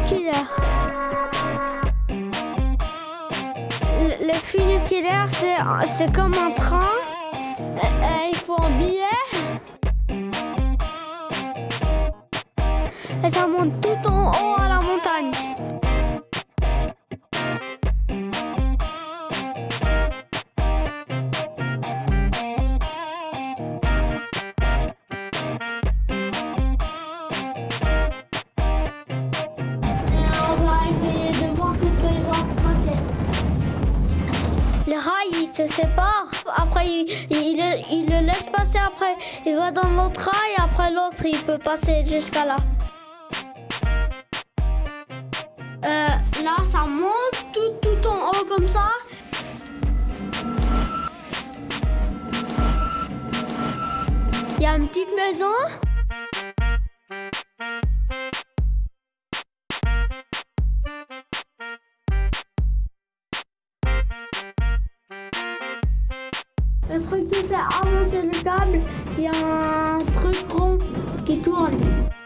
nucléaire. Le fil nucléaire, c'est comme un train. Il faut un billet. Et ça monte tout en haut à la montagne. Les rails, ils se séparent. Après, il le laisse passer. Après, il va dans l'autre rail. Après, l'autre, il peut passer jusqu'à là. Là, ça monte tout en haut comme ça. Il y a une petite maison. Le truc qui fait avancer le câble, il y a un truc rond qui tourne.